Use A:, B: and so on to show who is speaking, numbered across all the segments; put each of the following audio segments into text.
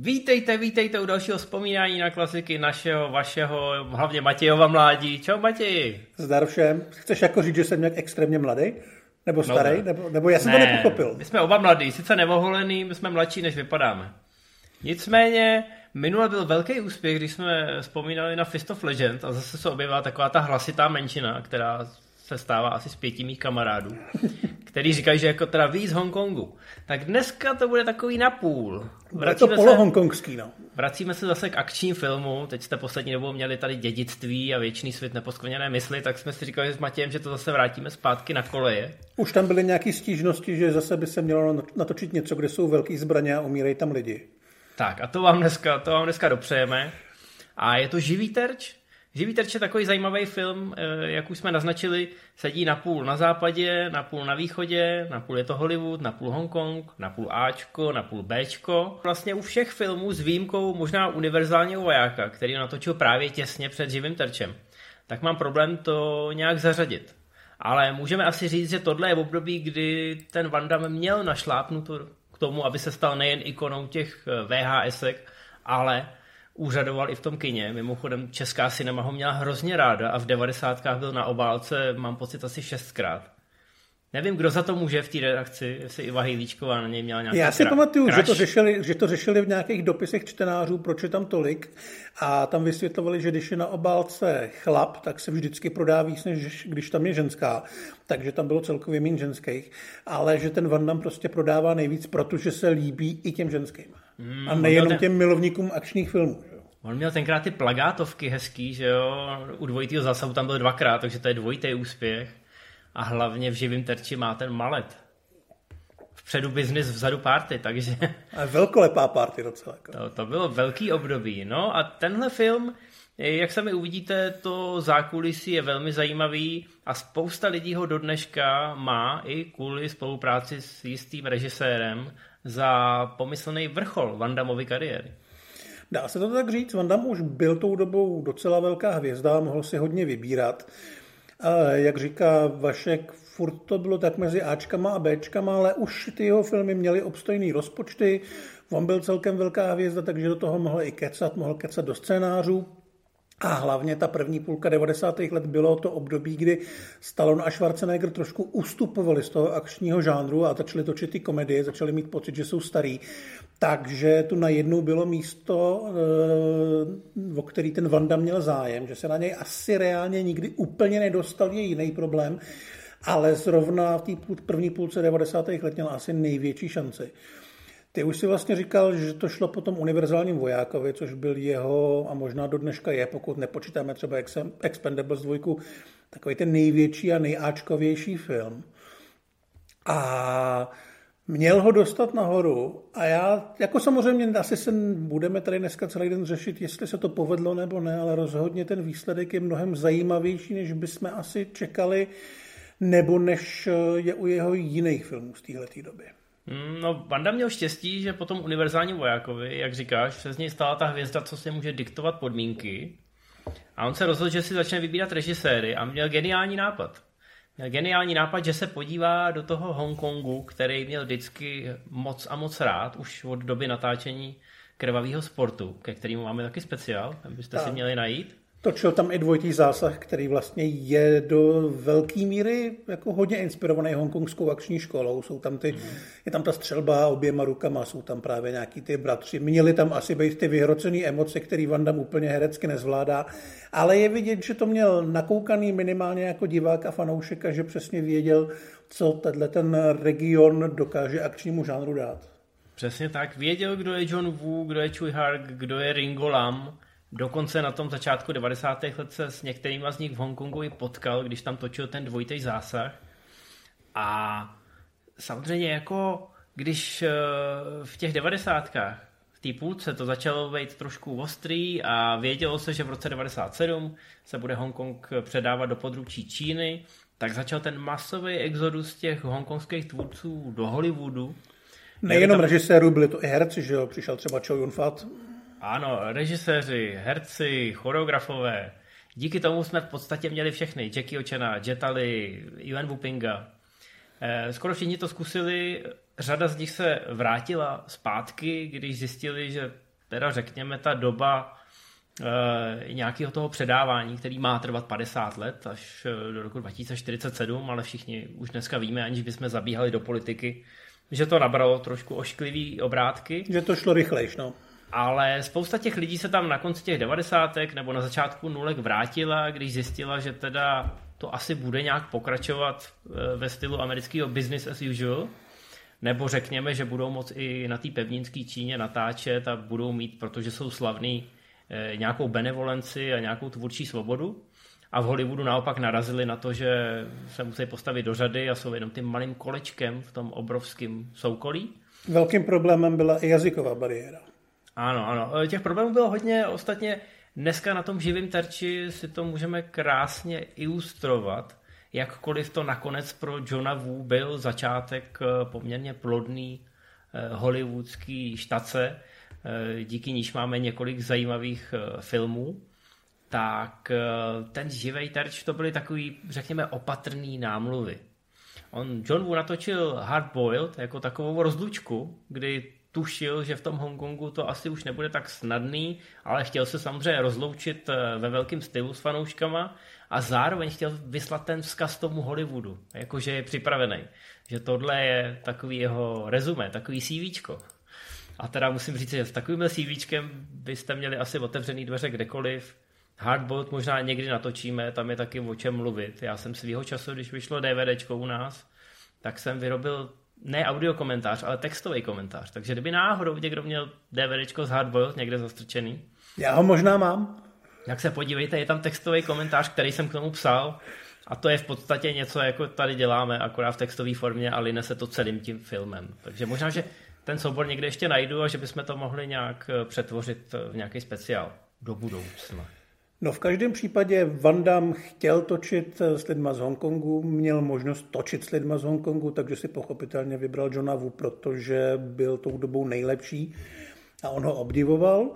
A: Vítejte u dalšího vzpomínání na klasiky našeho, vašeho, hlavně Matějova mládí. Čau Matěji.
B: Zdar všem. Chceš jako říct, že jsem nějak extrémně mladý? Nebo starý? Nebo já jsem to nepochopil.
A: My jsme oba mladí, sice neoholený, my jsme mladší, než vypadáme. Nicméně, minule byl velký úspěch, když jsme vzpomínali na Fist of Legend a zase se objevila taková ta hlasitá menšina, která se stává asi z 5 mých kamarádů, který říkají, že jako teda víc z Hongkongu. Tak dneska to bude takový napůl.
B: Je to polo-hongkongský, no.
A: Vracíme se zase k akčním filmu. Teď jste poslední dobou měli tady Dědictví a Věčný svět neposkvrněné mysli, tak jsme si říkali s Matějem, že to zase vrátíme zpátky na koleje.
B: Už tam byly nějaké stížnosti, že zase by se mělo natočit něco, kde jsou velký zbraně a umírají tam lidi.
A: Tak a to vám dneska dopřejeme. A je to Živý terč. Živý terč je takový zajímavý film, jak už jsme naznačili, sedí napůl na západě, napůl na východě, napůl je to Hollywood, napůl Hongkong, napůl Ačko, napůl Bčko. Vlastně u všech filmů s výjimkou možná Univerzálního vojáka, který natočil právě těsně před Živým terčem, tak mám problém to nějak zařadit. Ale můžeme asi říct, že tohle je období, kdy ten Van Damme měl našlápnuto k tomu, aby se stal nejen ikonou těch VHSek, ale úřadoval i v tom kině. Mimochodem česká cinema ho měla hrozně ráda a v 90kách byl na obálce, mám pocit, asi 6krát. Nevím, kdo za to může v té redakci, jestli Iva Hejlíčková na něj měla nějaký
B: Já si pamatuju, že to řešili v nějakých dopisech čtenářů, proč je tam tolik, a tam vysvětlovali, že když je na obálce chlap, tak se vždycky prodá víc, než když tam je ženská, takže tam bylo celkově méně ženských, ale že ten Van Damme prostě prodává nejvíc, protože se líbí i těm ženským. A nejenom těm milovníkům akčních filmů.
A: On měl tenkrát ty plagátovky hezký, že jo, u Dvojitýho zásahu tam byl 2krát, takže to je dvojitý úspěch. A hlavně v Živým terči má ten malet. Vpředu business, vzadu party, takže...
B: A velkolepá party docela.
A: To bylo velký období. No a tenhle film, jak sami uvidíte, to zákulisí je velmi zajímavý a spousta lidí ho do dneška má i kvůli spolupráci s jistým režisérem za pomyslný vrchol Van Dammovy kariéry.
B: Dá se to tak říct, Van Damme už byl tou dobou docela velká hvězda, mohl si hodně vybírat. Jak říká Vašek, furt to bylo tak mezi Ačkama a Bčkama, ale už ty jeho filmy měly obstojný rozpočty, on byl celkem velká hvězda, takže do toho mohl kecat do scénářů. A hlavně ta první půlka 90. let bylo to období, kdy Stallone a Schwarzenegger trošku ustupovali z toho akčního žánru a začali točit ty komedie, začali mít pocit, že jsou starý. Takže tu najednou bylo místo, o který ten Van Damme měl zájem, že se na něj asi reálně nikdy úplně nedostal, je jiný problém, ale zrovna v té první půlce 90. let měl asi největší šanci. Ty už si vlastně říkal, že to šlo po tom Univerzálním vojákovi, což byl jeho, a možná do dneška je, pokud nepočítáme třeba Expendables 2, takový ten největší a nejáčkovější film. A měl ho dostat nahoru a já, jako samozřejmě asi budeme tady dneska celý den řešit, jestli se to povedlo nebo ne, ale rozhodně ten výsledek je mnohem zajímavější, než bychom asi čekali, nebo než je u jeho jiných filmů z téhletý doby.
A: No, Van Damme měl štěstí, že po tom Univerzálním vojákovi, jak říkáš, se z něj stala ta hvězda, co si může diktovat podmínky. A on se rozhodl, že si začne vybírat režiséry a měl geniální nápad. Že se podívá do toho Hongkongu, který měl vždycky moc a moc rád, už od doby natáčení Krvavého sportu, ke kterému máme taky speciál, abyste si měli najít.
B: Točil tam i Dvojitý zásah, který vlastně je do velké míry jako hodně inspirovaný hongkongskou akční školou. Je tam ta střelba oběma rukama, jsou tam právě nějaký ty bratři. Měli tam asi být ty vyhrocené emoce, který Van Damme úplně herecky nezvládá, ale je vidět, že to měl nakoukaný minimálně jako divák a fanoušek a že přesně věděl, co ten region dokáže akčnímu žánru dát.
A: Přesně tak. Věděl, kdo je John Woo, kdo je Tsui Hark, kdo je Ringo Lam. Dokonce na tom začátku 90. let se s některýma z nich v Hongkongu i potkal, když tam točil ten Dvojitý zásah. A samozřejmě jako když v těch 90kách v té půlce to začalo být trošku ostrý a vědělo se, že v roce 97 se bude Hongkong předávat do područí Číny, tak začal ten masový exodus těch hongkongských tvůrců do Hollywoodu.
B: Nejenom režisérů, byli to i herci, že jo? Přišel třeba Chow Yun-fat.
A: Ano, režiséři, herci, choreografové. Díky tomu jsme v podstatě měli všechny. Jackie Chana, Jet Li, Yuen Wupinga. Skoro všichni to zkusili, řada z nich se vrátila zpátky, když zjistili, že teda řekněme ta doba nějakého toho předávání, který má trvat 50 let až do roku 2047, ale všichni už dneska víme, aniž bychom zabíhali do politiky, že to nabralo trošku ošklivý obrátky.
B: Že to šlo rychlejš, no.
A: Ale spousta těch lidí se tam na konci těch 90. nebo na začátku nulek vrátila, když zjistila, že teda to asi bude nějak pokračovat ve stylu amerického business as usual, nebo řekněme, že budou moct i na té pevninské Číně natáčet a budou mít, protože jsou slavný, nějakou benevolenci a nějakou tvůrčí svobodu. A v Hollywoodu naopak narazili na to, že se musí postavit do řady a jsou jenom tím malým kolečkem v tom obrovském soukolí.
B: Velkým problémem byla i jazyková bariéra.
A: Ano. Těch problémů bylo hodně. Ostatně dneska na tom živém terči si to můžeme krásně ilustrovat, jakkoliv to nakonec pro Johna Woo byl začátek poměrně plodný hollywoodský štace, díky níž máme několik zajímavých filmů, tak ten živej terč to byly takový, řekněme, opatrný námluvy. John Woo natočil Hard Boiled jako takovou rozlučku, kdy tušil, že v tom Hongkongu to asi už nebude tak snadný, ale chtěl se samozřejmě rozloučit ve velkém stylu s fanouškama a zároveň chtěl vyslat ten vzkaz tomu Hollywoodu, jakože je připravený, že tohle je takový jeho rezumé, takový CVčko. A teda musím říct, že s takovýmhle CVčkem byste měli asi otevřený dveře kdekoliv. Hardboiled možná někdy natočíme, tam je taky o čem mluvit. Já jsem svýho času, když vyšlo DVDčko u nás, tak jsem vyrobil ne audio komentář, ale textový komentář. Takže kdyby náhodou někdo měl DVDčko z Hardboiled někde zastrčený.
B: Já ho možná mám.
A: Jak se podívejte, je tam textový komentář, který jsem k tomu psal. A to je v podstatě něco, jako tady děláme, akorát v textové formě a line se to celým tím filmem. Takže možná, že ten soubor někde ještě najdu a že bychom to mohli nějak přetvořit v nějaký speciál do budoucna.
B: No v každém případě Van Damme chtěl točit s lidma z Hongkongu, měl možnost točit s lidma z Hongkongu, takže si pochopitelně vybral Johna Woo, protože byl tou dobou nejlepší a on ho obdivoval.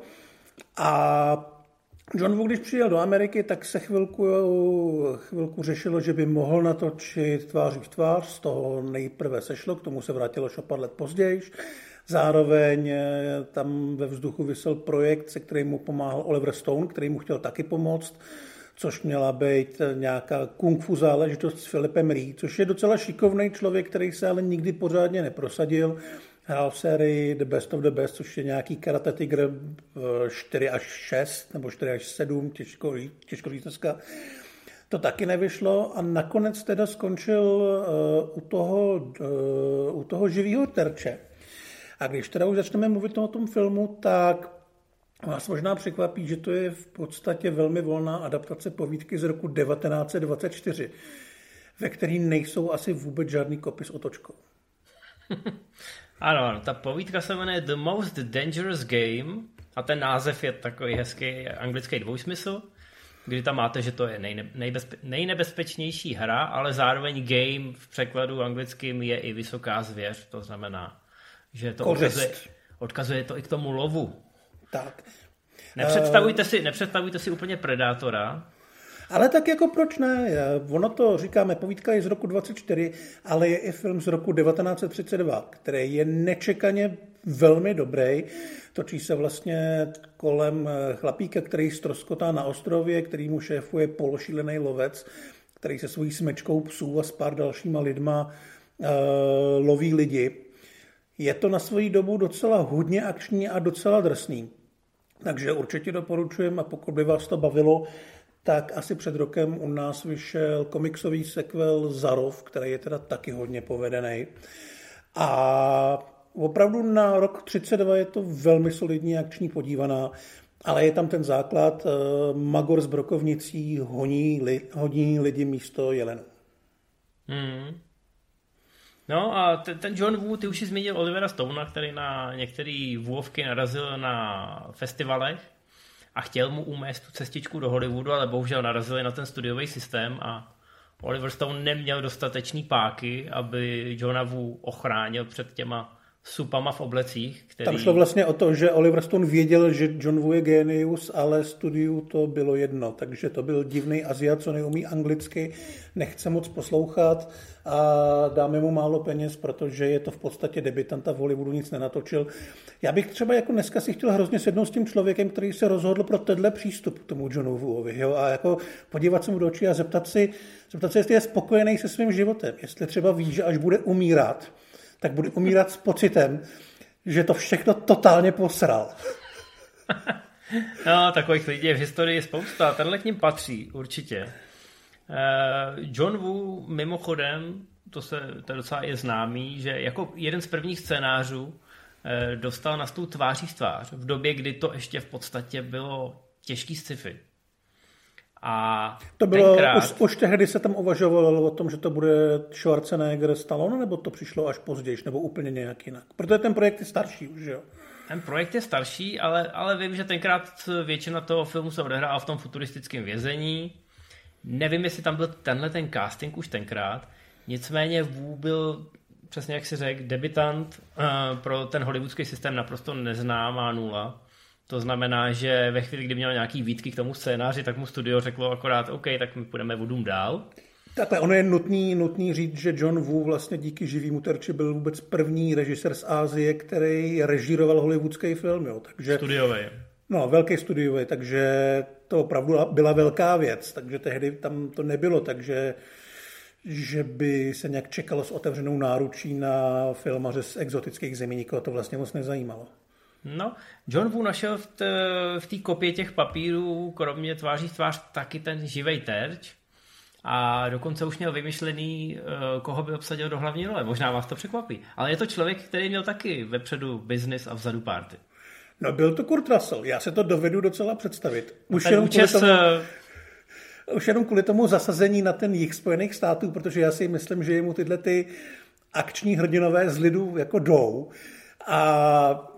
B: A John Woo, když přijel do Ameriky, tak se chvilku řešilo, že by mohl natočit Tváří v tvář, z toho nejprve sešlo, k tomu se vrátilo o pár let později. Zároveň tam ve vzduchu visel projekt, se kterým mu pomáhal Oliver Stone, který mu chtěl taky pomoct, což měla být nějaká kung fu záležitost s Philipem Ree, což je docela šikovný člověk, který se ale nikdy pořádně neprosadil. Hrál v sérii The Best of the Best, což je nějaký Karate Tiger 4 až 6 nebo 4 až 7, těžko říct dneska. To taky nevyšlo a nakonec teda skončil u toho živýho terče. A když teda už začneme mluvit o tom filmu, tak vás možná překvapí, že to je v podstatě velmi volná adaptace povídky z roku 1924, ve který nejsou asi vůbec žádný kopy s otočkou.
A: Ano, ta povídka se jmenuje The Most Dangerous Game a ten název je takový hezký anglický dvojsmysl, kdy tam máte, že to je nejnebezpečnější hra, ale zároveň game v překladu anglickým je i vysoká zvěř, to znamená, že to odkazuje to i k tomu lovu.
B: Tak.
A: Nepředstavujte si úplně predátora.
B: Ale tak jako proč ne? Ono to říkáme, povídka je z roku 24, ale je i film z roku 1932, který je nečekaně velmi dobrý. Točí se vlastně kolem chlapíka, který ztroskotá na ostrově, který mu šéfuje pološílený lovec, který se svojí smečkou psů a s pár dalšíma lidma loví lidi. Je to na svoji dobu docela hodně akční a docela drsný. Takže určitě doporučujem a pokud by vás to bavilo, tak asi před rokem u nás vyšel komiksový sequel Zarov, který je teda taky hodně povedený. A opravdu na rok 32 je to velmi solidní akční podívaná, ale je tam ten základ, Magor s brokovnicí honí lidi místo jelenů.
A: No a ten John Woo, ty už si zmínil Olivera Stonea, který na některé Woovky narazil na festivalech a chtěl mu umést tu cestičku do Hollywoodu, ale bohužel narazili na ten studiový systém a Oliver Stone neměl dostatečný páky, aby Johna Woo ochránil před těma supama v oblecích, který...
B: Tam šlo vlastně o to, že Oliver Stone věděl, že John Woo je génius, ale studiu to bylo jedno. Takže to byl divný Aziat, co neumí anglicky, nechce moc poslouchat a dáme mu málo peněz, protože je to v podstatě debutant a v Hollywoodu nic nenatočil. Já bych třeba jako dneska si chtěl hrozně sednout s tím člověkem, který se rozhodl pro tenhle přístup k tomu Johnu Woovi, jo, a jako podívat se mu do očí a zeptat se, jestli je spokojený se svým životem, jestli třeba ví, že až bude umírat, tak bude umírat s pocitem, že to všechno totálně posral.
A: No, takových lidí je v historii spousta. Tenhle k ním patří, určitě. John Woo, mimochodem, to docela je známý, že jako jeden z prvních scénářů dostal na stůl tváří v tvář v době, kdy to ještě v podstatě bylo těžký sci-fi. A
B: to bylo, už tehdy se tam uvažovalo o tom, že to bude Schwarzenegger, Stallone, nebo to přišlo až později, nebo úplně nějak jinak? Protože ten projekt je starší už, jo?
A: Ten projekt je starší, ale vím, že tenkrát většina toho filmu se odehrála v tom futuristickém vězení. Nevím, jestli tam byl ten casting už tenkrát. Nicméně Wu byl, přesně jak si řekl, debutant, pro ten hollywoodský systém naprosto neznámá nula. To znamená, že ve chvíli, kdy měl nějaký výtky k tomu scénáři, tak mu studio řeklo akorát, OK, tak my půjdeme o dům dál.
B: Takhle, ono je nutný říct, že John Woo vlastně díky živýmu terči byl vůbec první režisér z Asie, který režíroval hollywoodský film. Jo, takže,
A: studiový.
B: No, velký studiový, takže to opravdu byla velká věc. Takže tehdy tam to nebylo, takže že by se nějak čekalo s otevřenou náručí na filmaře z exotických zemí, nikoho to vlastně moc nezajímalo.
A: No, John Woo našel v té kopii těch papírů, kromě tváří v tvář, taky ten živej terč a dokonce už měl vymyšlený, koho by obsadil do hlavní role. Možná vás to překvapí. Ale je to člověk, který měl taky vepředu business a vzadu party.
B: No, byl to Kurt Russell. Já se to dovedu docela představit. Už jenom kvůli tomu zasazení na ten jih Spojených států, protože já si myslím, že jemu tyhle ty akční hrdinové z lidu jako jdou. A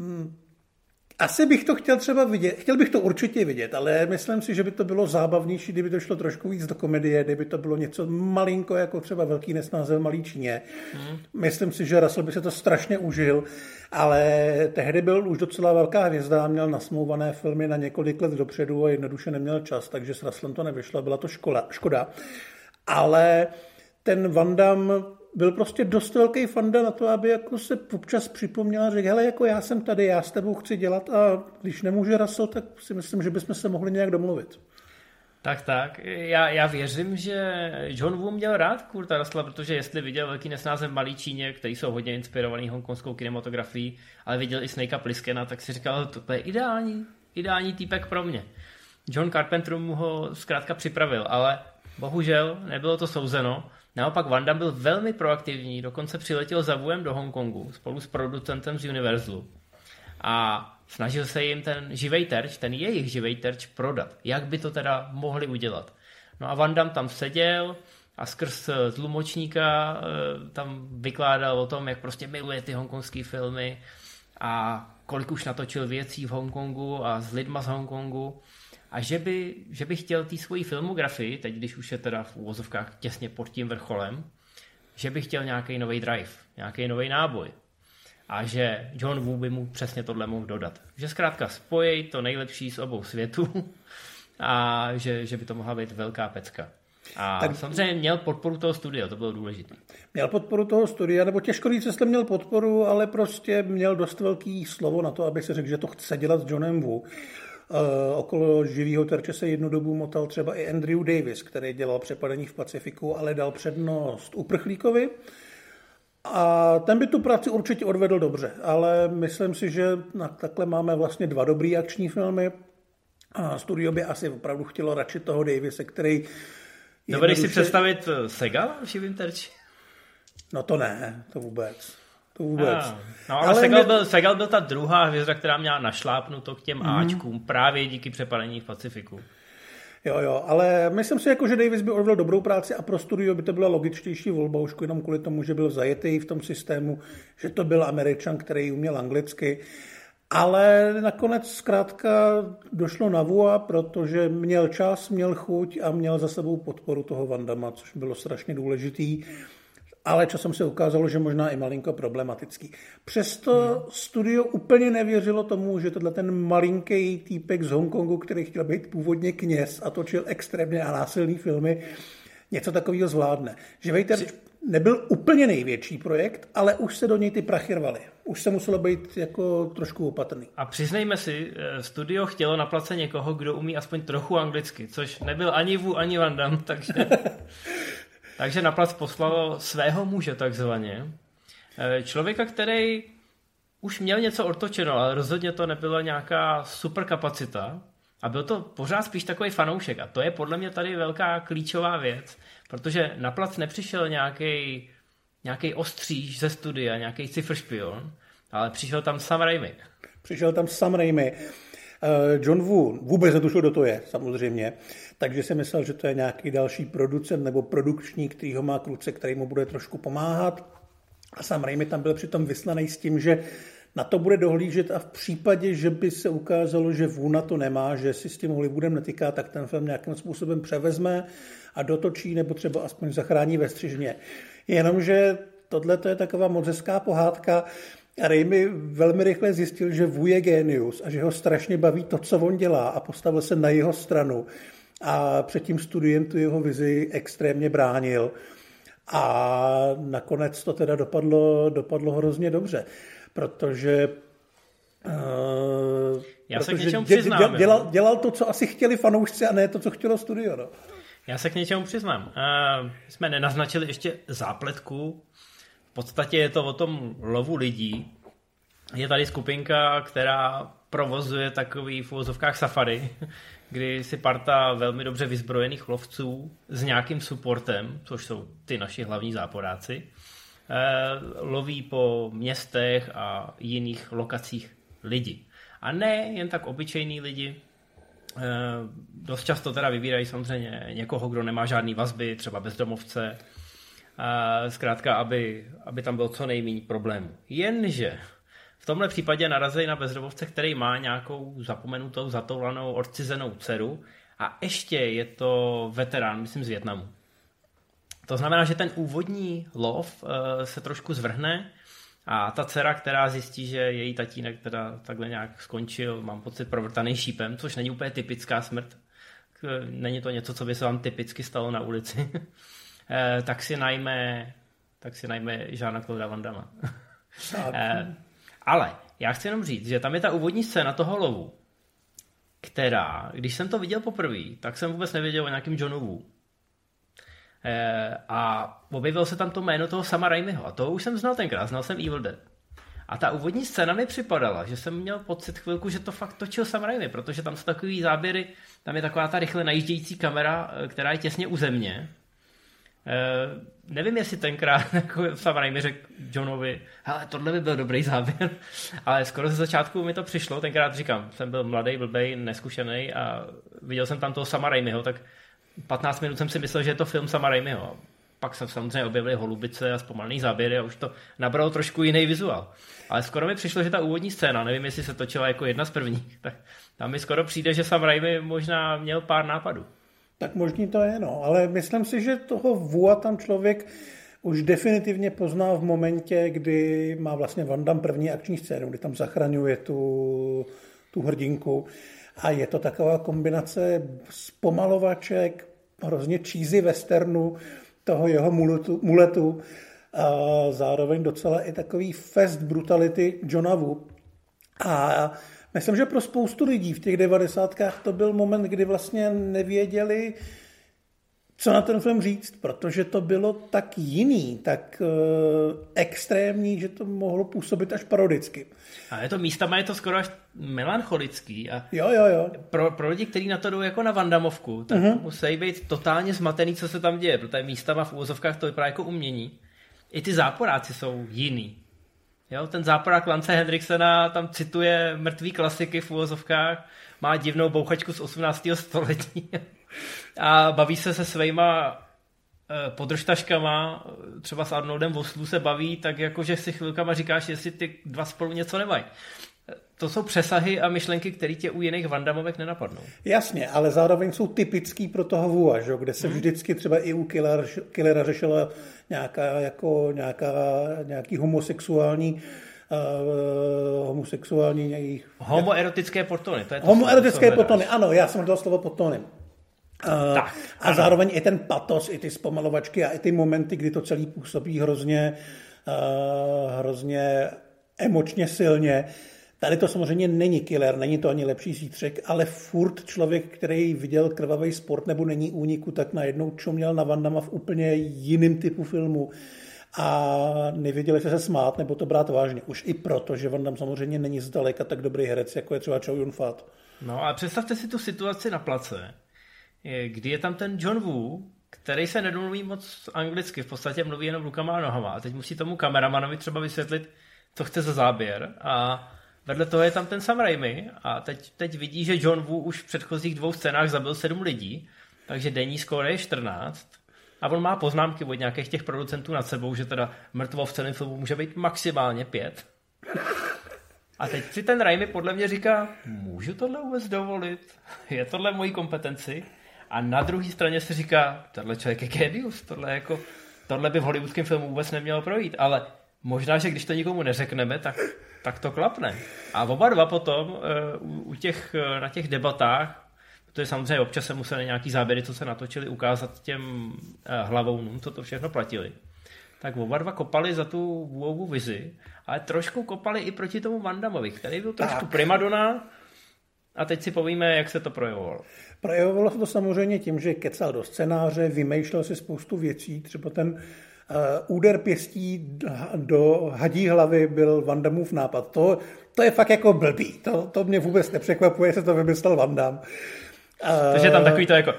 B: asi bych to chtěl třeba vidět, chtěl bych to určitě vidět, ale myslím si, že by to bylo zábavnější, kdyby to šlo trošku víc do komedie, kdyby to bylo něco malinko, jako třeba Velký nesnáze v Malý Číně. Myslím si, že Russell by se to strašně užil, ale tehdy byl už docela velká hvězda, měl nasmouvané filmy na několik let dopředu a jednoduše neměl čas, takže s Russellem to nevyšlo, byla to škoda. Ale ten Van Damme byl prostě dost velký fanda na to, aby jako se občas připomněl a řekl, hele, jako já jsem tady, já s tebou chci dělat a když nemůže Russell, tak si myslím, že bychom se mohli nějak domluvit.
A: Tak. Já věřím, že John Woo měl rád Kurta Russella, protože jestli viděl Velký nesnáze v Malý Číně, který jsou hodně inspirovaný hongkongskou kinematografií, ale viděl i Snakea Plisskenna, tak si říkal, to je ideální týpek pro mě. John Carpenter mu ho zkrátka připravil, ale bohužel nebylo to souzeno. Naopak Van Damme byl velmi proaktivní, dokonce přiletěl za Wuem do Hongkongu spolu s producentem z Universalu a snažil se jim ten živej terč, ten jejich živej terč prodat. Jak by to teda mohli udělat? No a Van Damme tam seděl a skrz tlumočníka tam vykládal o tom, jak prostě miluje ty hongkongské filmy a kolik už natočil věcí v Hongkongu a s lidma z Hongkongu. A že by chtěl té svojí filmografii, teď když už je teda v úvozovkách těsně pod tím vrcholem, že by chtěl nějaký nový drive, nějaký nový náboj. A že John Woo by mu přesně tohle mohl dodat. Že zkrátka spojí to nejlepší z obou světů a že by to mohla být velká pecka. A tak samozřejmě měl podporu toho studia, to bylo důležité.
B: Měl podporu toho studia, nebo těžko říct, jestli měl podporu, ale prostě měl dost velký slovo na to, aby se řekl, že to chce dělat s Johnem Woo. Okolo živýho terče se jednu dobu motal třeba i Andrew Davis, který dělal Přepadení v Pacifiku, ale dal přednost Uprchlíkovi. A ten by tu práci určitě odvedl dobře, ale myslím si, že takhle máme vlastně 2 dobrý akční filmy a studio by asi opravdu chtělo radši toho Davise, který...
A: Dovedeš si představit Segala v živým terči?
B: No to ne, to vůbec.
A: No ale Segal byl ta druhá hvězda, která měla našlápnuto k těm Ačkům právě díky Přepadení v Pacifiku.
B: Jo, ale myslím si, jako, že Davis by odvedl dobrou práci a pro studio by to byla logičtější volba, už jenom kvůli tomu, že byl zajetý v tom systému, že to byl Američan, který uměl anglicky. Ale nakonec zkrátka došlo na Wua, protože měl čas, měl chuť a měl za sebou podporu toho Van Damme, což bylo strašně důležitý. ale časem se ukázalo, že možná i malinko problematický. Přesto studio úplně nevěřilo tomu, že tohle ten malinký týpek z Hongkongu, který chtěl být původně kněz a točil extrémně a násilný filmy, něco takového zvládne. Živej terč nebyl úplně největší projekt, ale už se do něj ty prachy rvaly. Už se muselo být jako trošku opatrný.
A: A přiznejme si, studio chtělo na place někoho, kdo umí aspoň trochu anglicky, což nebyl ani Wu, ani Van Damme, takže na plac poslalo svého muže takzvaně. Člověka, který už měl něco odtočeno, ale rozhodně to nebyla nějaká super kapacita. A byl to pořád spíš takový fanoušek. A to je podle mě tady velká klíčová věc, protože na plac nepřišel nějaký ostříž ze studia, nějaký cifršpion, ale přišel tam Sam Raimi.
B: John Woo vůbec netušil, kdo to je, samozřejmě. Takže si myslel, že to je nějaký další producent nebo produkčník, který ho má k ruce, který mu bude trošku pomáhat. A Sam Raimi tam byl přitom vyslaný s tím, že na to bude dohlížet a v případě, že by se ukázalo, že Wu na to nemá, že si s tím Hollywoodem netýká, tak ten film nějakým způsobem převezme a dotočí nebo třeba aspoň zachrání ve střižně. Jenomže tohle je taková moc hezká pohádka. A Raimi velmi rychle zjistil, že Wu je génius a že ho strašně baví to, co on dělá a postavil se na jeho stranu. A před tím studiem tu jeho vizi extrémně bránil. A nakonec to teda dopadlo hrozně dobře. Protože
A: já se k něčemu přiznám.
B: Dělal to, co asi chtěli fanoušci a ne to, co chtělo studio. No.
A: Já se k něčemu přiznám. Jsme nenaznačili ještě zápletku. V podstatě je to o tom lovu lidí. Je tady skupinka, která provozuje takový v uvozovkách safari, kdy si parta velmi dobře vyzbrojených lovců s nějakým supportem, což jsou ty naši hlavní záporáci, loví po městech a jiných lokacích lidi. A ne jen tak obyčejní lidi. Dost často teda vybírají samozřejmě někoho, kdo nemá žádný vazby, třeba bezdomovce. Zkrátka, aby tam bylo co nejméně problémů. Jenže v tomhle případě narazí na bezdomovce, který má nějakou zapomenutou, zatoulanou, odcizenou dceru a ještě je to veterán, myslím, z Vietnamu. To znamená, že ten úvodní lov se trošku zvrhne a ta dcera, která zjistí, že její tatínek teda takhle nějak skončil, mám pocit, provrtaný šípem, což není úplně typická smrt. Není to něco, co by se vám typicky stalo na ulici. tak si najme Jeana-Claude Van Damme. Ale já chci jenom říct, že tam je ta úvodní scéna toho lovu, která, když jsem to viděl poprvé, tak jsem vůbec nevěděl o nějakým Johnu Woo. A objevil se tam to jméno toho Sama Raimiho. A to už jsem znal tenkrát, znal jsem Evil Dead. A ta úvodní scéna mi připadala, že jsem měl pocit chvilku, že to fakt točil Sam Raimi, protože tam jsou takový záběry, tam je taková ta rychle najíždějící kamera, která je těsně u země. Nevím, jestli tenkrát jako Sam Raimi řekl Johnovi, hele, tohle by byl dobrý záběr, ale skoro ze začátku mi to přišlo, tenkrát říkám, jsem byl mladý, blbej, neskušený a viděl jsem tam toho Sama Raimiho, tak 15 minut jsem si myslel, že je to film Sama Raimiho. Pak se samozřejmě objevily holubice a zpomalený záběry a už to nabralo trošku jiný vizuál. Ale skoro mi přišlo, že ta úvodní scéna, nevím, jestli se točila jako jedna z prvních, tak tam mi skoro přijde, že Sam Raimi možná měl pár nápadů.
B: Tak možný to je, no. Ale myslím si, že toho Wua tam člověk už definitivně pozná v momentě, kdy má vlastně Van Damme první akční scénu, kdy tam zachraňuje tu hrdinku. A je to taková kombinace zpomalovaček, hrozně cheesy westernu, toho jeho muletu a zároveň docela i takový fest brutality Johna Woo. A myslím, že pro spoustu lidí v těch 90kách to byl moment, kdy vlastně nevěděli, co na ten film říct, protože to bylo tak jiný, tak extrémní, že to mohlo působit až parodicky.
A: A je to místama, je to skoro až melancholický. A
B: jo.
A: Pro lidi, kteří na to jdou jako na Vandamovku, tak musí být totálně zmatený, co se tam děje, protože místama v úvozovkách to vypadá jako umění. I ty záporáci jsou jiný. Jo, ten záporák Lance Henriksena tam cituje mrtvý klasiky v úvozovkách, má divnou bouchačku z 18. století a baví se svýma podržtaškama, třeba s Arnoldem v Oslu se baví, tak jakože si chvilkama říkáš, jestli ty dva spolu něco nemají. To jsou přesahy a myšlenky, které tě u jiných Van Dammovek nenapadnou.
B: Jasně, ale zároveň jsou typický pro toho Wua, že? Kde se vždycky třeba i u Killera řešila nějaký homosexuální
A: homoerotické podtony.
B: Homoerotické podtony, ano, já jsem dal slovo podtony. A zároveň i ten patos, i ty zpomalovačky a i ty momenty, kdy to celý působí hrozně emočně silně. Tady to samozřejmě není Killer, není to ani Lepší zítřek, ale furt člověk, který viděl Krvavý sport nebo Není úniku, tak najednou čuměl na Van Damme v úplně jiným typu filmu a nevěděli se smát nebo to brát vážně. Už i proto, že Van Damme samozřejmě není zdaleka tak dobrý herec, jako je třeba Chow Yun-fat.
A: No a představte si tu situaci na place, kdy je tam ten John Woo, který se nedomluví moc anglicky, v podstatě mluví jenom rukama a nohama. A teď musí tomu kameramanovi třeba vysvětlit, co chce za záběr. A vedle toho je tam ten Sam Raimi a teď vidí, že John Woo už v předchozích 2 scénách zabil 7 lidí, takže denní skóre je 14. A on má poznámky od nějakých těch producentů nad sebou, že teda mrtvo v celém filmu může být maximálně 5. A teď si ten Raimi podle mě říká, můžu tohle vůbec dovolit? Je tohle mojí kompetenci? A na druhé straně se říká, tohle člověk je genius, tohle by v hollywoodském filmu vůbec nemělo projít, ale možná, že když to nikomu neřekneme, tak to klapne. A oba dva potom na těch debatách, protože samozřejmě občas se museli nějaký záběry, co se natočili, ukázat těm hlavounům, co to všechno platili. Tak oba dva kopali za tu Wuovu vizi, ale trošku kopali i proti tomu Van Dammovi, který byl trošku primadona. A teď si povíme, jak se to projevovalo.
B: Projevovalo se to samozřejmě tím, že kecal do scénáře, vymýšlel si spoustu věcí, třeba ten úder pěstí do hadí hlavy byl Van Dammův nápad. To je fakt jako blbý. To mě vůbec nepřekvapuje, že se to vymyslel Van Damme.
A: Takže tam takový to jako...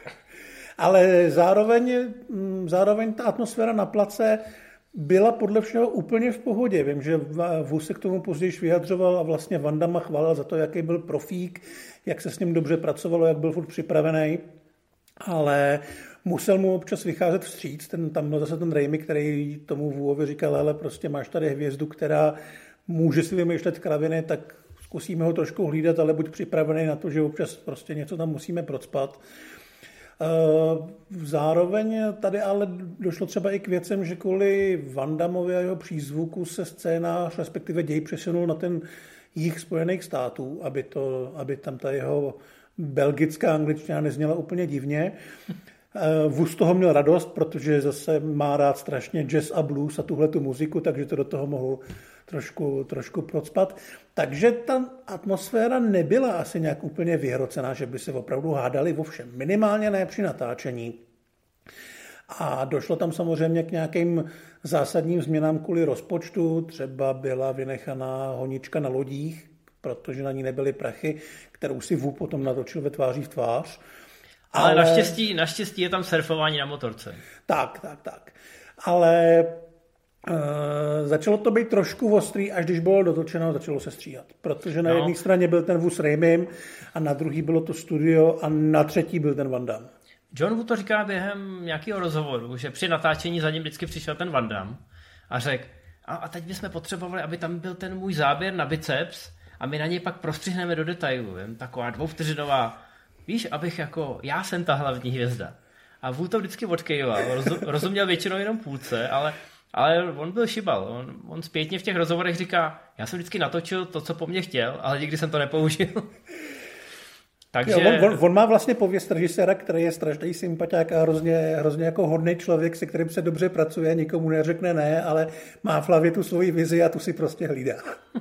B: Ale zároveň ta atmosféra na place byla podle všeho úplně v pohodě. Vím, že Wu se k tomu později vyjadřoval a vlastně Van Damme chválil za to, jaký byl profík, jak se s ním dobře pracovalo, jak byl furt připravený. Ale musel mu občas vycházet vstříc. Tam byl zase ten Raimi, který tomu Wuovi říkal, ale prostě máš tady hvězdu, která může si vymýšlet kraviny, tak zkusíme ho trošku hlídat, ale buď připravený na to, že občas prostě něco tam musíme procpat. Zároveň tady ale došlo třeba i k věcem, že kvůli Van Dammovi a jeho přízvuku se scénář, respektive děj přesunul na ten jih Spojených států, aby tam ta jeho belgická angličtina nezněla úplně divně. Wu z toho měl radost, protože zase má rád strašně jazz a blues a tuhletu muziku, takže to do toho mohl trošku procpat. Takže ta atmosféra nebyla asi nějak úplně vyhrocená, že by se opravdu hádali o všem. Minimálně ne při natáčení. A došlo tam samozřejmě k nějakým zásadním změnám kvůli rozpočtu. Třeba byla vynechaná honička na lodích, protože na ní nebyly prachy, kterou si Wu potom natočil ve Tváří v tvář.
A: Ale naštěstí je tam surfování na motorce.
B: Tak. Ale začalo to být trošku ostrý, až když bylo dotočeno, začalo se stříhat. Protože na jedné straně byl ten Wu s Raimim a na druhý bylo to studio a na třetí byl ten Van Damme.
A: John Woo to říká během nějakého rozhovoru, že při natáčení za ním vždycky přišel ten Van Damme a řekl, a teď bychom potřebovali, aby tam byl ten můj záběr na biceps a my na něj pak prostřihneme do detailů. Taková 2vteřinová, víš, abych já jsem ta hlavní hvězda. A Wu to vždycky odkejval, rozuměl většinou jenom půlce, ale on byl šibal. On zpětně v těch rozhovorech říká, já jsem vždycky natočil to, co po mně chtěl, ale nikdy jsem to nepoužil. Takže...
B: On má vlastně pověst režiséra, který je strašný sympatiák a hrozně jako hodný člověk, se kterým se dobře pracuje, nikomu neřekne ne, ale má v hlavě tu svoji vizi a tu si prostě hlídá.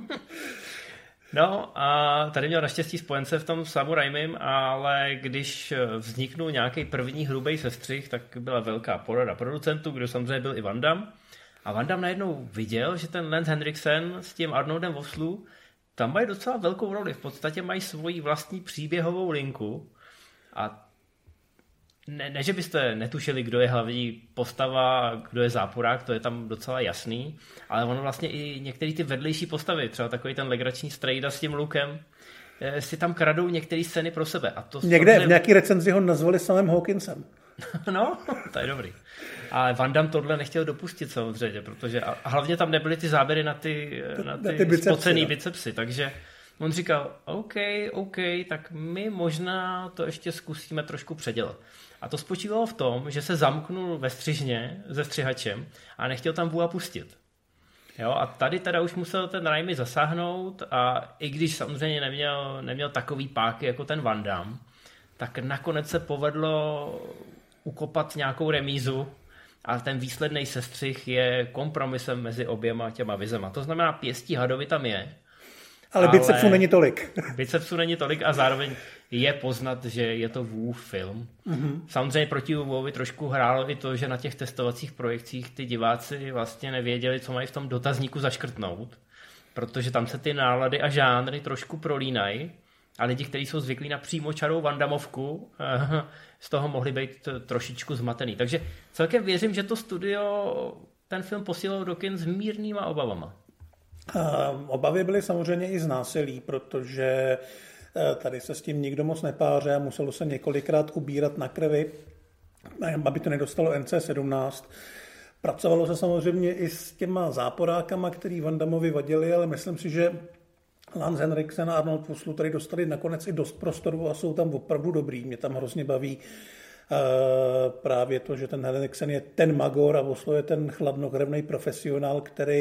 A: No a tady měl naštěstí spojence v tom Samu Raimim, ale když vzniknul nějaký první hrubý sestřih, tak byla velká porada producentů, kdo samozřejmě byl i Van Damme. A Van Damme najednou viděl, že ten Lance Henriksen s tím Arnoldem v Oslu tam mají docela velkou roli. V podstatě mají svoji vlastní příběhovou linku. A ne, že byste netušili, kdo je hlavní postava, kdo je záporák, to je tam docela jasný, ale ono vlastně i některé ty vedlejší postavy, třeba takový ten legrační strejda s tím lukem, si tam kradou některé scény pro sebe. A to
B: někde v nějaký recenzi ho nazvali samým Hawkinsem.
A: No, to je dobrý. Ale Van Damme tohle nechtěl dopustit samozřejmě, protože a hlavně tam nebyly ty záběry na ty spocený bicepsy, takže on říkal, OK, tak my možná to ještě zkusíme trošku předělat. A to spočívalo v tom, že se zamknul ve střižně se střihačem a nechtěl tam vůa pustit. Jo, a tady teda už musel ten Raimi zasáhnout a i když samozřejmě neměl takový páky jako ten Van Damme, tak nakonec se povedlo ukopat nějakou remízu a ten výsledný sestřih je kompromisem mezi oběma těma vizema. To znamená, pěstí hadovi tam je.
B: Ale bicepsu není tolik.
A: Bicepsu není tolik a zároveň je poznat, že je to Wův film. Mm-hmm. Samozřejmě proti Wůvovi trošku hrálo i to, že na těch testovacích projekcích ty diváci vlastně nevěděli, co mají v tom dotazníku zaškrtnout, protože tam se ty nálady a žánry trošku prolínají a lidi, kteří jsou zvyklí na přímočarou Vandamovku, z toho mohli být trošičku zmatený. Takže celkem věřím, že to studio ten film posílalo do kin s mírnýma obavama.
B: Obavy byly samozřejmě i z násilí, protože tady se s tím nikdo moc nepáře a muselo se několikrát ubírat na krvi, aby to nedostalo NC-17. Pracovalo se samozřejmě i s těma záporákama, který Van Dammovi vadili, ale myslím si, že Lance Henriksen a Arnold Vosloo tady dostali nakonec i dost prostoru a jsou tam opravdu dobrý. Mě tam hrozně baví právě to, že ten Henriksen je ten magor a Vosloo je ten chladnokrevný profesionál,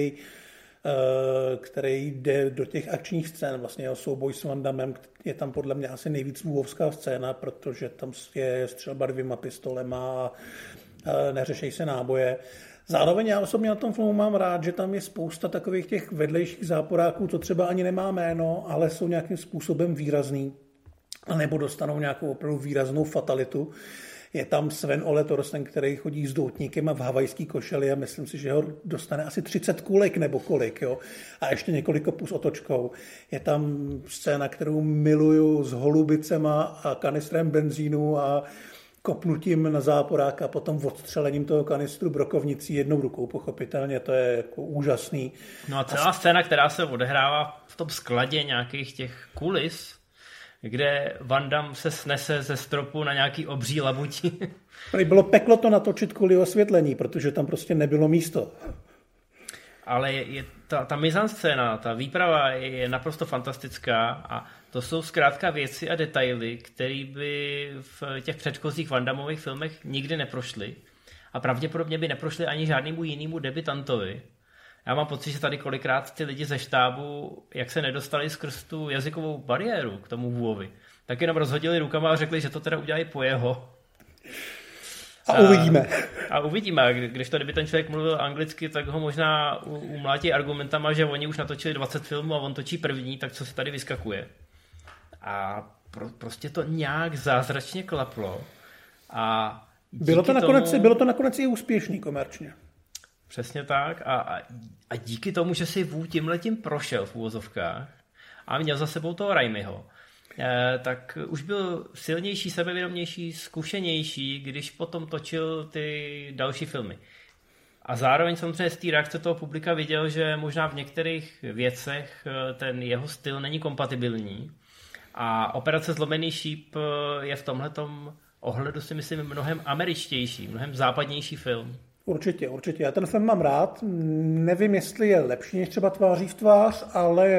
B: který jde do těch akčních scén. Vlastně jeho souboj s Van Dammem je tam podle mě asi nejvíc vůvovská scéna, protože tam je střelba 2 pistolema a neřešejí se náboje. Zároveň já osobně na tom filmu mám rád, že tam je spousta takových těch vedlejších záporáků, co třeba ani nemá jméno, ale jsou nějakým způsobem výrazný, nebo dostanou nějakou opravdu výraznou fatalitu. Je tam Sven Ole Thorsen, který chodí s doutníkem a v havajský košeli a myslím si, že ho dostane asi 30 kulek nebo kolik. Jo? A ještě několik kopů s otočkou. Je tam scéna, kterou miluju s holubicema a kanistrem benzínu a kopnutím na záporáka a potom odstřelením toho kanistru brokovnicí jednou rukou, pochopitelně, to je jako úžasný.
A: No a celá scéna, která se odehrává v tom skladě nějakých těch kulis, kde Van Damme se snese ze stropu na nějaký obří labuti.
B: Bylo peklo to natočit kvůli osvětlení, protože tam prostě nebylo místo.
A: Ale ta mizanscéna, ta výprava je naprosto fantastická a to jsou zkrátka věci a detaily, které by v těch předchozích Van Dammových filmech nikdy neprošly a pravděpodobně by neprošly ani žádnému jinému debutantovi. Já mám pocit, že tady kolikrát ty lidi ze štábu, jak se nedostali skrz tu jazykovou bariéru k tomu Woovi, tak jenom rozhodili rukama a řekli, že to teda udělají po jeho.
B: A uvidíme.
A: A uvidíme. Když to, kdyby ten člověk mluvil anglicky, tak ho možná umlátí argumentama, že oni už natočili 20 filmů a on točí první, tak co se tady vyskakuje. A prostě to nějak zázračně klaplo. A
B: bylo to nakonec i úspěšný komerčně.
A: Přesně tak. A díky tomu, že si Wu tímhletím prošel v uvozovkách a měl za sebou toho Raimiho, tak už byl silnější, sebevědomější, zkušenější, když potom točil ty další filmy. A zároveň samozřejmě z té reakce toho publika viděl, že možná v některých věcech ten jeho styl není kompatibilní. A Operace Zlomený šíp je v tomhletom ohledu si myslím mnohem američtější, mnohem západnější film.
B: Určitě. Já ten film mám rád. Nevím, jestli je lepší než třeba Tváří v tvář, ale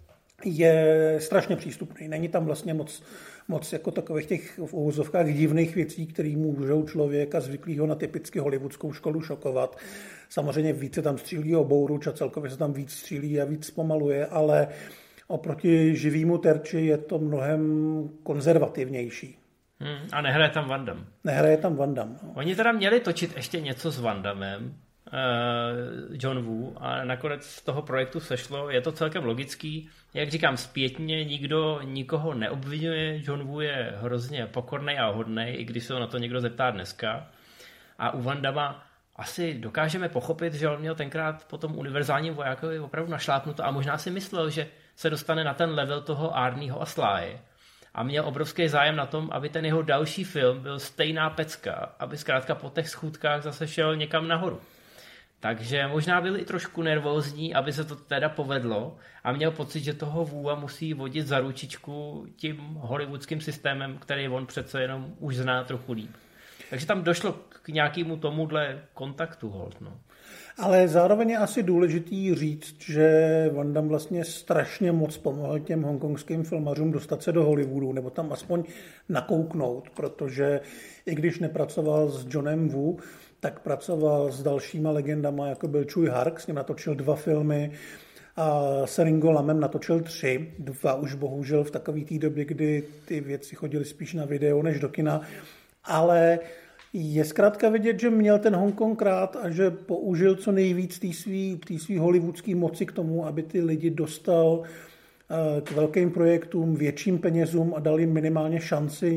B: je strašně přístupný. Není tam vlastně moc jako takových těch v uvozovkách divných věcí, které můžou člověka zvyklýho na typicky hollywoodskou školu šokovat. Samozřejmě více tam střílí o bouruč a celkově se tam víc střílí a víc zpomaluje, ale oproti živýmu terči je to mnohem konzervativnější.
A: A nehraje tam Van Damme.
B: No.
A: Oni teda měli točit ještě něco s Van Dammem, John Woo, a nakonec z toho projektu sešlo. Je to celkem logický. Jak říkám, zpětně nikdo nikoho neobvinuje. John Woo je hrozně pokornej a hodnej, i když se ho na to někdo zeptá dneska. A u Van Damme asi dokážeme pochopit, že on měl tenkrát po tom univerzálním vojákovi opravdu našlápnuto a možná si myslel, že se dostane na ten level toho Arnieho a Sly. A měl obrovský zájem na tom, aby ten jeho další film byl stejná pecka, aby zkrátka po těch schůdkách zase šel někam nahoru. Takže možná byl i trošku nervózní, aby se to teda povedlo a měl pocit, že toho Wua musí vodit za ručičku tím hollywoodským systémem, který on přece jenom už zná trochu líp. Takže tam došlo k nějakému tomuhle kontaktu hold, no.
B: Ale zároveň je asi důležitý říct, že Van Damme vlastně strašně moc pomohl těm hongkongským filmařům dostat se do Hollywoodu, nebo tam aspoň nakouknout, protože i když nepracoval s Johnem Woo, tak pracoval s dalšíma legendama, jako byl Tsui Hark, s ním natočil 2 filmy, a s Ringo Lamem natočil 3, 2 už bohužel v takové té době, kdy ty věci chodily spíš na video než do kina, ale je zkrátka vidět, že měl ten Hongkong rád a že použil co nejvíc té svý hollywoodské moci k tomu, aby ty lidi dostal k velkým projektům, větším penězům a dal jim minimálně šanci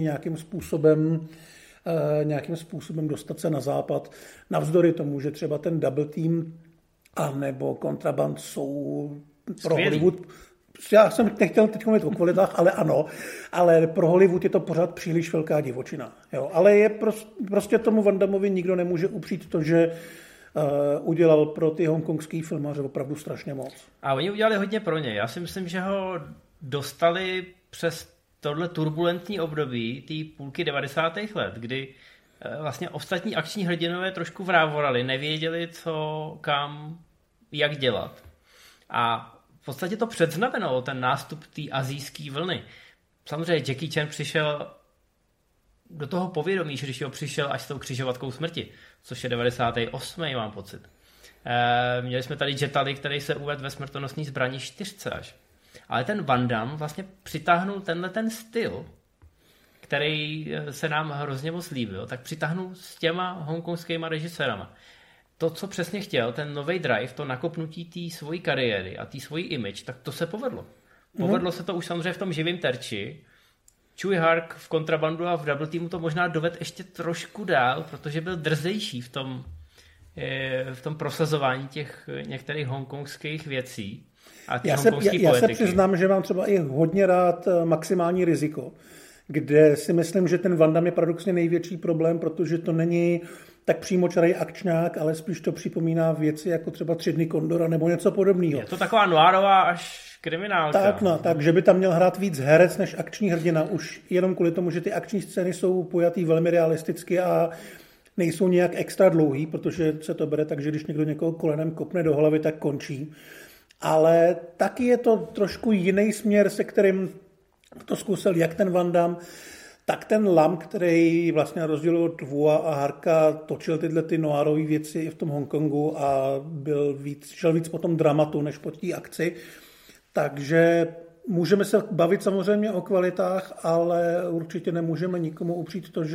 B: nějakým způsobem dostat se na západ. Navzdory tomu, že třeba ten Double Team a nebo Kontraband jsou pro Hollywood. Já jsem nechtěl teď mluvit o kvalitách, ale ano. Ale pro Hollywood je to pořád příliš velká divočina. Jo. Ale je prostě tomu Van Dammovi nikdo nemůže upřít to, že udělal pro ty hongkongský filmaře opravdu strašně moc.
A: A oni udělali hodně pro ně. Já si myslím, že ho dostali přes tohle turbulentní období té půlky 90. let, kdy vlastně ostatní akční hrdinové trošku vrávorali, nevěděli, co, kam, jak dělat. A v podstatě to předznamenalo ten nástup té asijské vlny. Samozřejmě Jackie Chan přišel do toho povědomí, že když ho přišel až s tou křižovatkou smrti, což je 98. mám pocit. Měli jsme tady Jet Li, který se uvedl ve smrtonosný zbraní 4 až. Ale ten Van Damme vlastně přitáhnul ten styl, který se nám hrozně moc líbil, tak přitáhnul s těma hongkongskýma režisérama. To, co přesně chtěl, ten nový drive, to nakopnutí té svojí kariéry a té svojí image, tak to se povedlo. Povedlo se to už samozřejmě v tom Živým terči. Tsui Hark v Kontrabandu a v Double Teamu to možná doved ještě trošku dál, protože byl drzejší v tom prosazování těch některých hongkongských věcí. A
B: já se přiznám, že mám třeba i hodně rád Maximální riziko, kde si myslím, že ten Van Damme je paradoxně největší problém, protože to není tak přímočarý akčňák, ale spíš to připomíná věci jako třeba 3 dny Kondora nebo něco podobného.
A: Je to taková noirová až kriminálka.
B: Takže by tam měl hrát víc herec než akční hrdina, už jenom kvůli tomu, že ty akční scény jsou pojatý velmi realisticky a nejsou nějak extra dlouhý, protože se to bere tak, že když někdo někoho kolenem kopne do hlavy, tak končí. Ale taky je to trošku jiný směr, se kterým to zkusil jak ten Van Damme, tak ten Lam, který vlastně na rozdíl od Wua a Harka točil tyhle ty noirové věci i v tom Hongkongu a šel víc po tom dramatu, než po té akci. Takže můžeme se bavit samozřejmě o kvalitách, ale určitě nemůžeme nikomu upřít to,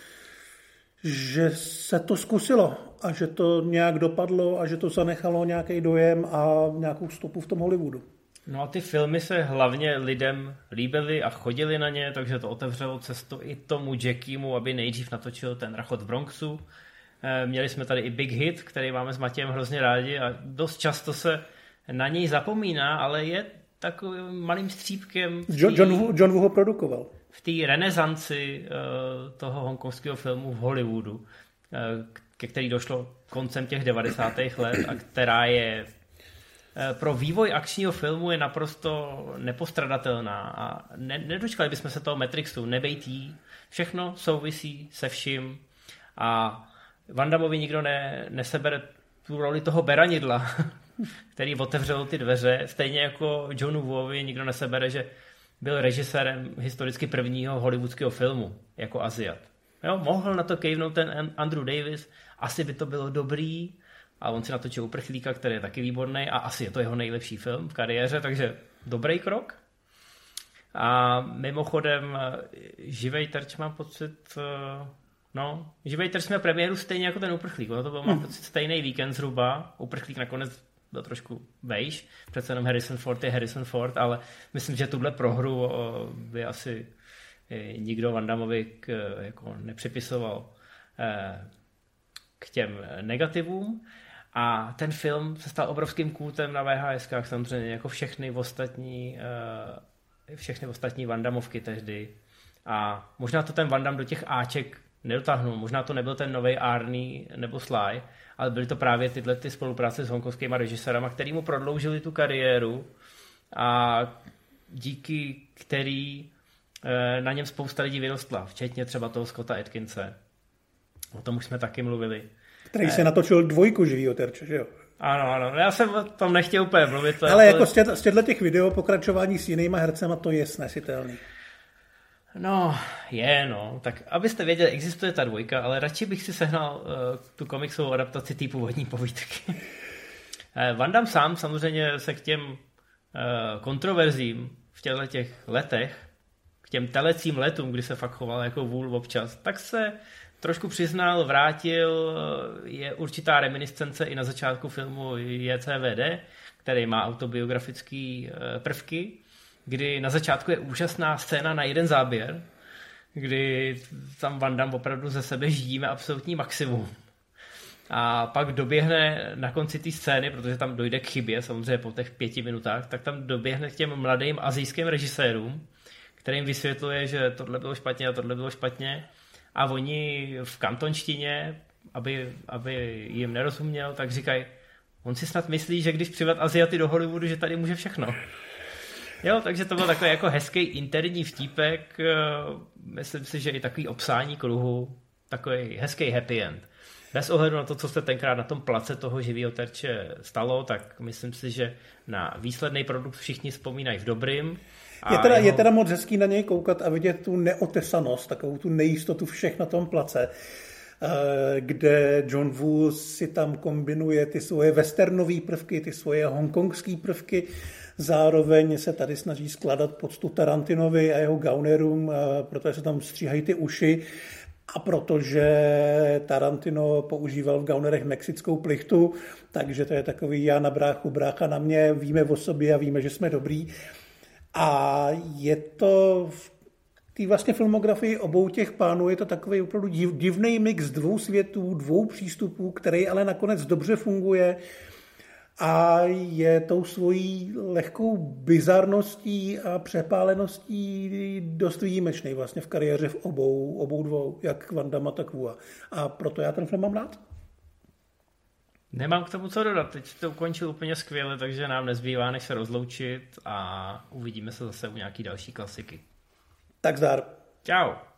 B: že se to zkusilo a že to nějak dopadlo a že to zanechalo nějaký dojem a nějakou stopu v tom Hollywoodu.
A: No a ty filmy se hlavně lidem líbily a chodili na ně, takže to otevřelo cestu i tomu Jackiemu, aby nejdřív natočil ten Rachot v Bronxu. Měli jsme tady i Big Hit, který máme s Matějem hrozně rádi a dost často se na něj zapomíná, ale je takovým malým střípkem.
B: John Woo ho produkoval.
A: V té renesanci toho hongkongského filmu v Hollywoodu, ke který došlo koncem těch 90. let a která je pro vývoj akčního filmu je naprosto nepostradatelná a nedočkali bychom se toho Matrixu, nebejtí, všechno souvisí se vším a Van Dammovi nikdo nesebere tu roli toho beranidla, který otevřel ty dveře, stejně jako Johnu Woovi nikdo nesebere, že byl režisérem historicky prvního hollywoodského filmu jako Aziat. Jo, mohl na to kejvnout ten Andrew Davis, asi by to bylo dobrý, a on si natočil Uprchlíka, který je taky výborný a asi je to jeho nejlepší film v kariéře, takže dobrý krok. A mimochodem Živej terč mám pocit, Živej terč měl premiéru stejně jako ten Uprchlík, to byl mám pocit stejný víkend zhruba, Uprchlík nakonec byl trošku vejš, přece jenom Harrison Ford, ale myslím, že tuhle prohru by asi nikdo Van Dammovi jako nepřipisoval k těm negativům. A ten film se stal obrovským kultem na VHSkách, samozřejmě jako všechny ostatní Van Dammovky tehdy. A možná to ten Van Damme do těch Aček nedotáhnul, možná to nebyl ten nový Arnie nebo Sly, ale byly to právě tyhle ty spolupráce s hongkongskýma režisérama, který mu prodloužili tu kariéru a díky který na něm spousta lidí vyrostla, včetně třeba toho Scotta Atkinse. O tom už jsme taky mluvili.
B: Který se natočil 2 živýho terče, že jo?
A: Ano, já jsem o tom nechtěl úplně mluvit.
B: Ale jako z těchto video pokračování s jinýma hercema to je snesitelný.
A: No, tak abyste věděli, existuje ta 2, ale radši bych si sehnal tu komiksovou adaptaci té původní povídky. Van Damme sám samozřejmě se k těm kontroverzím v těch letech, k těm telecím letům, kdy se fakt choval jako vůl občas, tak se trošku přiznal, vrátil, je určitá reminiscence i na začátku filmu JCVD, který má autobiografické prvky, kdy na začátku je úžasná scéna na jeden záběr, kdy tam Van Damme opravdu ze sebe žijíme absolutní maximum. A pak doběhne na konci té scény, protože tam dojde k chybě, samozřejmě po těch 5 minutách, tak tam doběhne k těm mladým asijským režisérům, kterým vysvětluje, že tohle bylo špatně a tohle bylo špatně. A oni v kantonštině, aby jim nerozuměl, tak říkají, on si snad myslí, že když přived Aziaty do Hollywoodu, že tady může všechno. Jo, takže to byl takový jako hezký interní vtípek, myslím si, že i takový obsání kruhu, takový hezký happy end. Bez ohledu na to, co se tenkrát na tom place toho živýho terče stalo, tak myslím si, že na výsledný produkt všichni vzpomínají v dobrým.
B: Je teda moc hezký na něj koukat a vidět tu neotesanost, takovou tu nejistotu všech na tom place, kde John Woo si tam kombinuje ty svoje westernové prvky, ty svoje hongkongské prvky, zároveň se tady snaží skládat poctu Tarantinovi a jeho gaunerům, protože se tam stříhají ty uši a protože Tarantino používal v gaunerech mexickou plichtu, takže to je takový já na bráchu, brácha na mě, víme o sobě a víme, že jsme dobrý. A je to v té vlastně filmografii obou těch pánů, je to takový opravdu divný mix 2 světů, 2 přístupů, který ale nakonec dobře funguje a je tou svojí lehkou bizarností a přepáleností dost výjimečný vlastně v kariéře v obou dvou, jak Van Damme, tak Wua. A proto já ten film mám rád.
A: Nemám k tomu co dodat, teď to ukončil úplně skvěle, takže nám nezbývá, než se rozloučit a uvidíme se zase u nějaký další klasiky.
B: Tak zdar.
A: Čau.